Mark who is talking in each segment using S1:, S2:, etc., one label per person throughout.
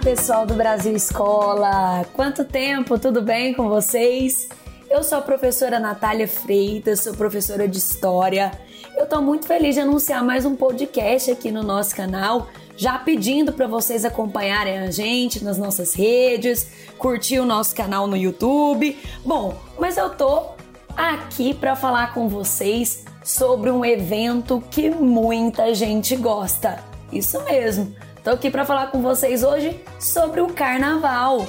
S1: pessoal do Brasil Escola! Quanto tempo, tudo bem com vocês? Eu sou a professora Natália Freitas, sou professora de História. Eu tô muito feliz de anunciar mais um podcast aqui no nosso canal, já pedindo para vocês acompanharem a gente nas nossas redes, curtir o nosso canal no YouTube. Bom, mas eu tô aqui para falar com vocês sobre um evento que muita gente gosta. Isso mesmo! Tô aqui para falar com vocês hoje sobre o Carnaval.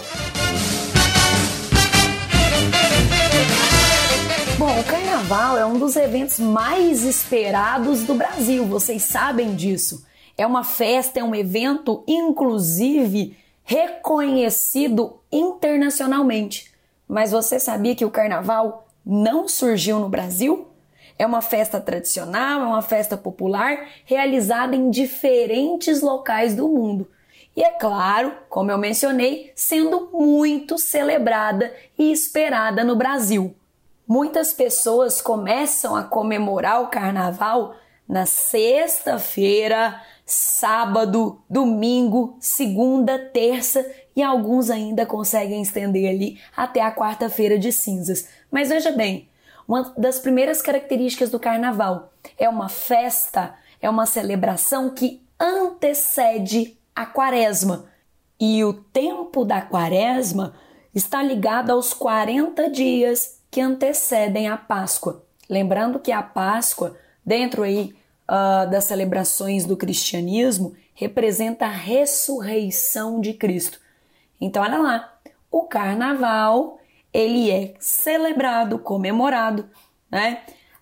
S1: Bom, o Carnaval é um dos eventos mais esperados do Brasil, vocês sabem disso. É uma festa, é um evento, inclusive, reconhecido internacionalmente. Mas você sabia que o Carnaval não surgiu no Brasil? É uma festa tradicional, é uma festa popular, realizada em diferentes locais do mundo. E é claro, como eu mencionei, sendo muito celebrada e esperada no Brasil. Muitas pessoas começam a comemorar o Carnaval na sexta-feira, sábado, domingo, segunda, terça e alguns ainda conseguem estender ali até a quarta-feira de cinzas. Mas veja bem, uma das primeiras características do Carnaval é uma festa, é uma celebração que antecede a Quaresma. E o tempo da Quaresma está ligado aos 40 dias que antecedem a Páscoa. Lembrando que a Páscoa, dentro aí das celebrações do cristianismo, representa a ressurreição de Cristo. Então, olha lá, o Carnaval ele é celebrado, comemorado, né,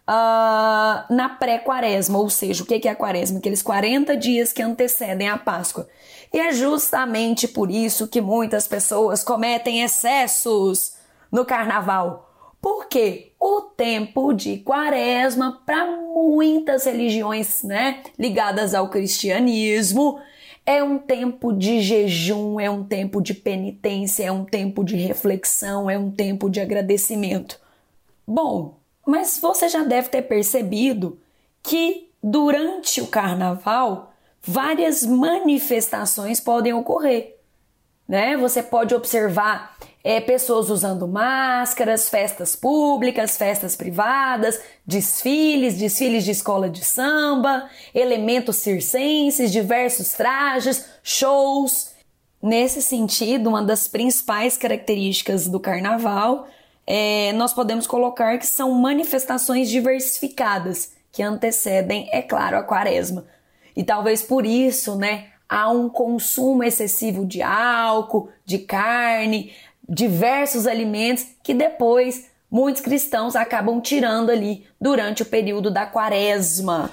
S1: na pré-quaresma, ou seja, o que é a quaresma? Aqueles 40 dias que antecedem a Páscoa. E é justamente por isso que muitas pessoas cometem excessos no Carnaval. Porque o tempo de quaresma, para muitas religiões, né, ligadas ao cristianismo, é um tempo de jejum, é um tempo de penitência, é um tempo de reflexão, é um tempo de agradecimento. Bom, mas você já deve ter percebido que durante o Carnaval várias manifestações podem ocorrer, né? Você pode observar pessoas usando máscaras, festas públicas, festas privadas, desfiles de escola de samba, elementos circenses, diversos trajes, shows. Nesse sentido, uma das principais características do Carnaval nós podemos colocar que são manifestações diversificadas que antecedem, é claro, a Quaresma. E talvez por isso, né, há um consumo excessivo de álcool, de carne, diversos alimentos que depois muitos cristãos acabam tirando ali durante o período da Quaresma.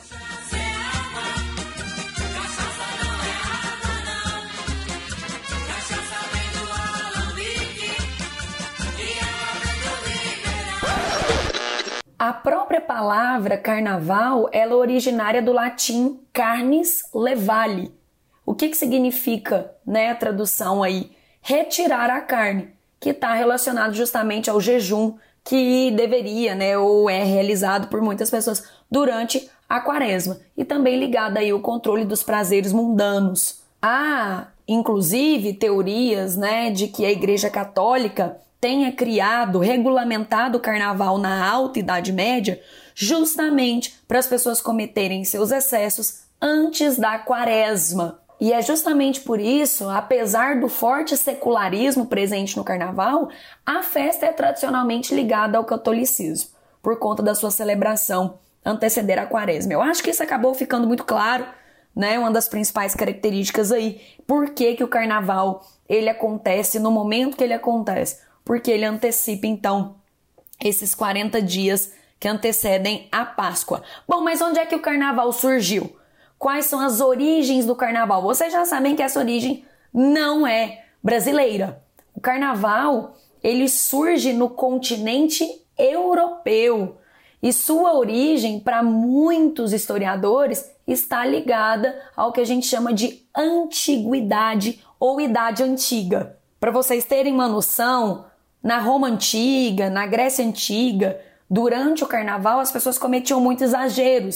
S1: A própria palavra carnaval, ela é originária do latim carnis levale. O que significa, né, a tradução aí? Retirar a carne, que está relacionado justamente ao jejum que deveria, né, ou é realizado por muitas pessoas durante a Quaresma. E também ligado aí ao controle dos prazeres mundanos. Há, inclusive, teorias, né, de que a Igreja Católica tenha criado, regulamentado o Carnaval na Alta Idade Média justamente para as pessoas cometerem seus excessos antes da Quaresma. E é justamente por isso, apesar do forte secularismo presente no Carnaval, a festa é tradicionalmente ligada ao catolicismo, por conta da sua celebração anteceder a Quaresma. Eu acho que isso acabou ficando muito claro, né? Uma das principais características aí. Por que o Carnaval ele acontece no momento que ele acontece? Porque ele antecipa, então, esses 40 dias que antecedem a Páscoa. Bom, mas onde é que o Carnaval surgiu? Quais são as origens do Carnaval? Vocês já sabem que essa origem não é brasileira. O Carnaval, ele surge no continente europeu. E sua origem, para muitos historiadores, está ligada ao que a gente chama de antiguidade ou idade antiga. Para vocês terem uma noção, na Roma Antiga, na Grécia Antiga, durante o Carnaval as pessoas cometiam muitos exageros,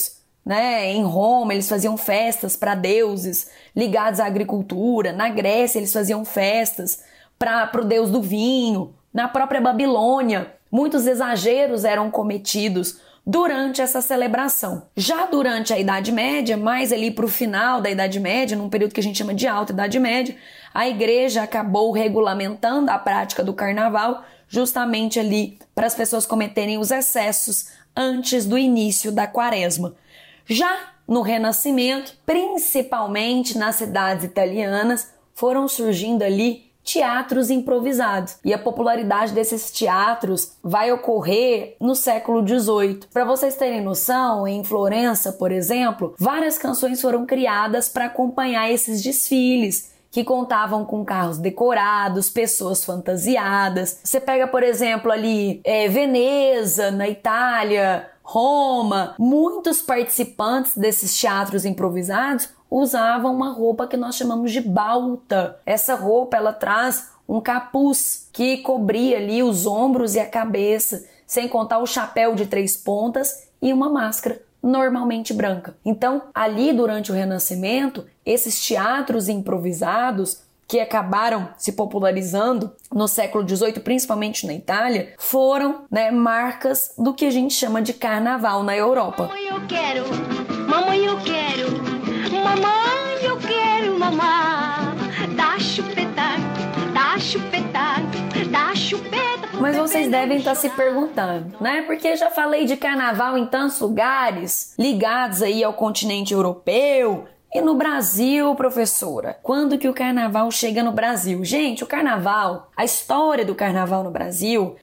S1: né? Em Roma eles faziam festas para deuses ligados à agricultura. Na Grécia eles faziam festas para o deus do vinho. Na própria Babilônia, muitos exageros eram cometidos durante essa celebração. Já durante a Idade Média, mais ali para o final da Idade Média, num período que a gente chama de Alta Idade Média, a igreja acabou regulamentando a prática do carnaval justamente ali para as pessoas cometerem os excessos antes do início da quaresma. Já no Renascimento, principalmente nas cidades italianas, foram surgindo ali teatros improvisados. E a popularidade desses teatros vai ocorrer no século XVIII. Para vocês terem noção, em Florença, por exemplo, várias canções foram criadas para acompanhar esses desfiles, que contavam com carros decorados, pessoas fantasiadas. Você pega, por exemplo, ali Veneza, na Itália, Roma. Muitos participantes desses teatros improvisados usavam uma roupa que nós chamamos de balta. Essa roupa, ela traz um capuz que cobria ali os ombros e a cabeça, sem contar o chapéu de 3 pontas e uma máscara normalmente branca. Então, ali durante o Renascimento, esses teatros improvisados que acabaram se popularizando no século XVIII, principalmente na Itália, foram, marcas do que a gente chama de carnaval na Europa.
S2: Mamãe, eu quero, mamãe, eu quero, mamãe, eu quero, mamãe, dá chupeta, dá chupeta, dá chupeta.
S1: Mas vocês devem estar se perguntando, né? Porque já falei de carnaval em tantos lugares ligados aí ao continente europeu. E no Brasil, professora? Quando que o carnaval chega no Brasil? Gente, o carnaval, a história do carnaval no Brasil,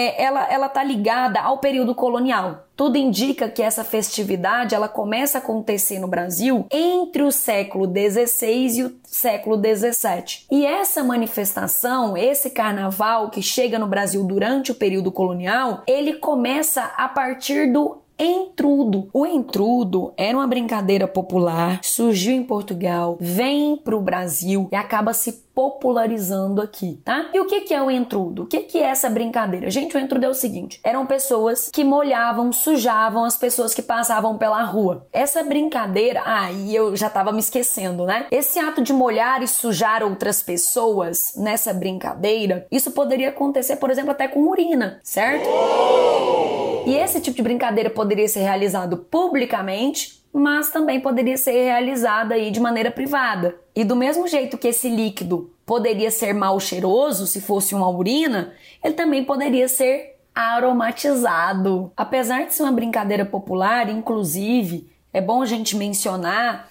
S1: ela tá ligada ao período colonial. Tudo indica que essa festividade ela começa a acontecer no Brasil entre o século XVI e o século XVII. E essa manifestação, esse carnaval que chega no Brasil durante o período colonial, ele começa a partir do entrudo. O entrudo era uma brincadeira popular, surgiu em Portugal, vem para o Brasil e acaba se popularizando aqui, tá? E o que é o entrudo? O que é essa brincadeira? Gente, o entrudo é o seguinte, eram pessoas que molhavam, sujavam as pessoas que passavam pela rua. Essa brincadeira, e eu já tava me esquecendo, né? Esse ato de molhar e sujar outras pessoas nessa brincadeira, isso poderia acontecer, por exemplo, até com urina, certo? E esse tipo de brincadeira poderia ser realizado publicamente, mas também poderia ser realizada aí de maneira privada. E do mesmo jeito que esse líquido poderia ser mal cheiroso, se fosse uma urina, ele também poderia ser aromatizado. Apesar de ser uma brincadeira popular, inclusive, é bom a gente mencionar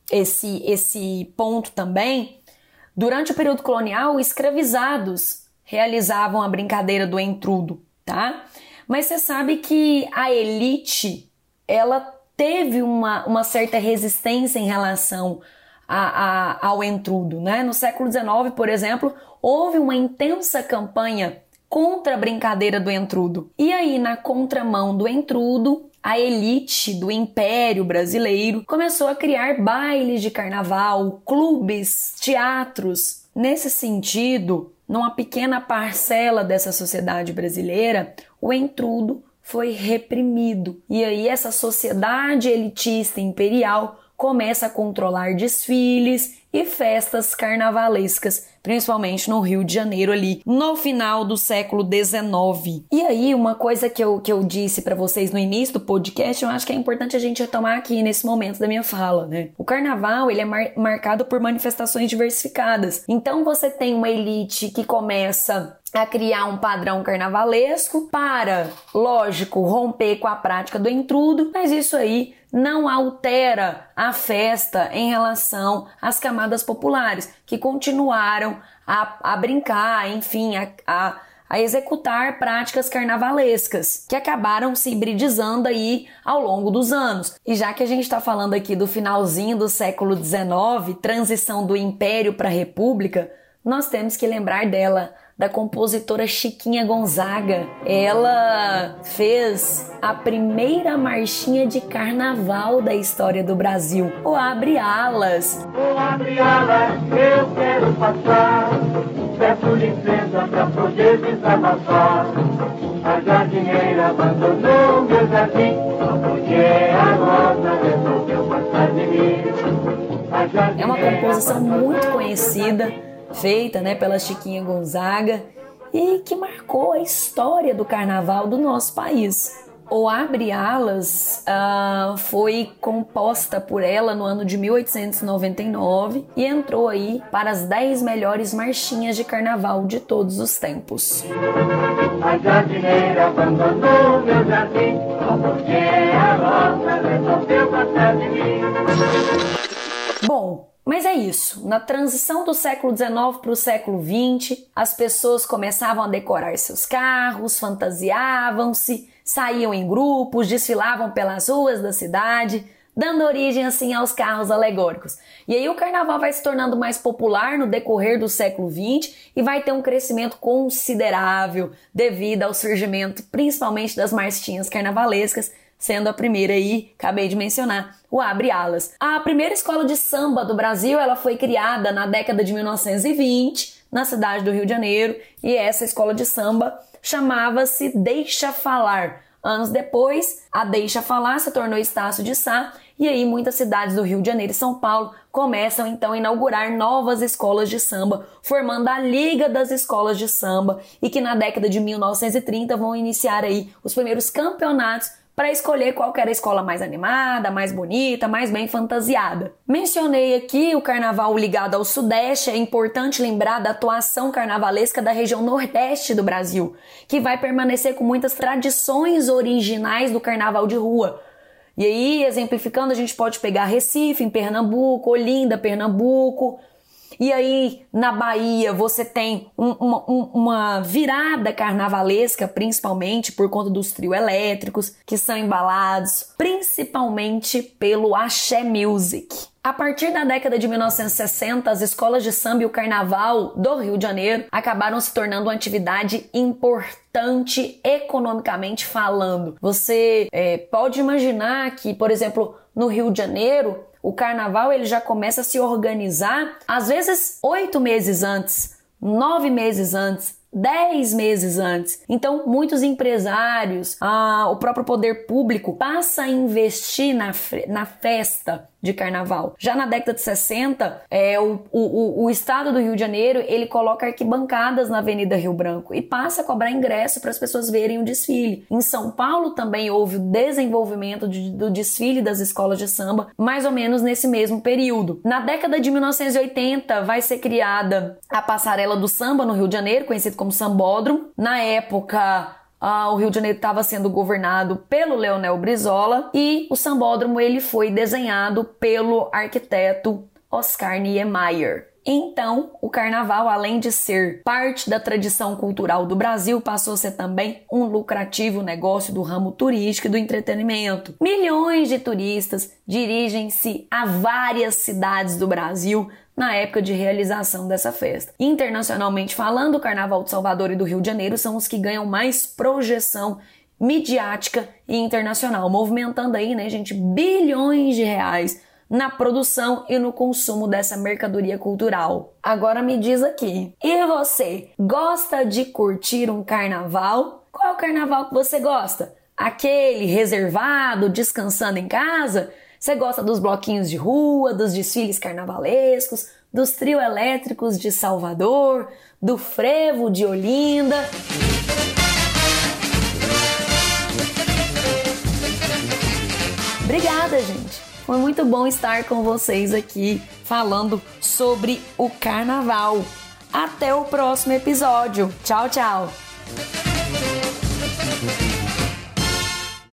S1: esse ponto também. Durante o período colonial, escravizados realizavam a brincadeira do entrudo, tá? Mas você sabe que a elite, ela teve uma certa resistência em relação ao entrudo, né? No século XIX, por exemplo, houve uma intensa campanha contra a brincadeira do entrudo. E aí, na contramão do entrudo, a elite do Império Brasileiro começou a criar bailes de carnaval, clubes, teatros. Nesse sentido, numa pequena parcela dessa sociedade brasileira, o entrudo foi reprimido. E aí essa sociedade elitista imperial começa a controlar desfiles e festas carnavalescas, principalmente no Rio de Janeiro ali, no final do século XIX. E aí, uma coisa que eu disse para vocês no início do podcast, eu acho que é importante a gente retomar aqui nesse momento da minha fala, né? O carnaval, ele é marcado por manifestações diversificadas. Então, você tem uma elite que começa a criar um padrão carnavalesco para, lógico, romper com a prática do entrudo, mas isso aí não altera a festa em relação às camadas populares, que continuaram a brincar, enfim, a executar práticas carnavalescas, que acabaram se hibridizando aí ao longo dos anos. E já que a gente está falando aqui do finalzinho do século XIX, transição do Império para a República, nós temos que lembrar dela, da compositora Chiquinha Gonzaga. Ela fez a primeira marchinha de carnaval da história do Brasil, o Abre Alas.
S3: O Abre Alas, eu quero passar, peço licença pra poder desabafar. A jardineira abandonou meu jardim, porque a rosa resolveu passar de mim.
S1: É uma composição muito conhecida, feita, né, pela Chiquinha Gonzaga e que marcou a história do carnaval do nosso país. O Abre Alas foi composta por ela no ano de 1899 e entrou aí para as 10 melhores marchinhas de carnaval de todos os tempos.
S3: A jardineira abandonou meu jardim, porque a rosa resolveu passar de mim.
S1: Bom, mas é isso. Na transição do século XIX para o século XX, as pessoas começavam a decorar seus carros, fantasiavam-se, saíam em grupos, desfilavam pelas ruas da cidade, dando origem assim aos carros alegóricos. E aí o carnaval vai se tornando mais popular no decorrer do século XX e vai ter um crescimento considerável devido ao surgimento principalmente das marchinhas carnavalescas, sendo a primeira aí, acabei de mencionar, o Abre Alas. A primeira escola de samba do Brasil, ela foi criada na década de 1920, na cidade do Rio de Janeiro, e essa escola de samba chamava-se Deixa Falar. Anos depois, a Deixa Falar se tornou Estácio de Sá, e aí muitas cidades do Rio de Janeiro e São Paulo começam então a inaugurar novas escolas de samba, formando a Liga das Escolas de Samba, e que na década de 1930 vão iniciar aí os primeiros campeonatos para escolher qual que era a escola mais animada, mais bonita, mais bem fantasiada. Mencionei aqui o carnaval ligado ao Sudeste, é importante lembrar da atuação carnavalesca da região Nordeste do Brasil, que vai permanecer com muitas tradições originais do carnaval de rua. E aí, exemplificando, a gente pode pegar Recife, em Pernambuco, Olinda, Pernambuco. E aí, na Bahia, você tem uma virada carnavalesca, principalmente por conta dos trios elétricos, que são embalados principalmente pelo axé music. A partir da década de 1960, as escolas de samba e o carnaval do Rio de Janeiro acabaram se tornando uma atividade importante economicamente falando. Você pode imaginar que, por exemplo, no Rio de Janeiro, o carnaval ele já começa a se organizar, às vezes 8 meses antes, 9 meses antes, 10 meses antes. Então, muitos empresários, o próprio poder público passa a investir na festa de carnaval. Já na década de 60, o estado do Rio de Janeiro, ele coloca arquibancadas na Avenida Rio Branco e passa a cobrar ingresso para as pessoas verem o desfile. Em São Paulo também houve o desenvolvimento do desfile das escolas de samba, mais ou menos nesse mesmo período. Na década de 1980, vai ser criada a Passarela do Samba no Rio de Janeiro, conhecido como Sambódromo. Na época, o Rio de Janeiro estava sendo governado pelo Leonel Brizola e o Sambódromo ele foi desenhado pelo arquiteto Oscar Niemeyer. Então, o carnaval, além de ser parte da tradição cultural do Brasil, passou a ser também um lucrativo negócio do ramo turístico e do entretenimento. Milhões de turistas dirigem-se a várias cidades do Brasil na época de realização dessa festa. Internacionalmente falando, o Carnaval de Salvador e do Rio de Janeiro são os que ganham mais projeção midiática e internacional, movimentando aí, né, gente, bilhões de reais na produção e no consumo dessa mercadoria cultural. Agora me diz aqui, e você, gosta de curtir um carnaval? Qual é o carnaval que você gosta? Aquele reservado, descansando em casa? Você gosta dos bloquinhos de rua, dos desfiles carnavalescos, dos trios elétricos de Salvador, do frevo de Olinda? Obrigada, gente! Foi muito bom estar com vocês aqui falando sobre o carnaval. Até o próximo episódio. Tchau, tchau!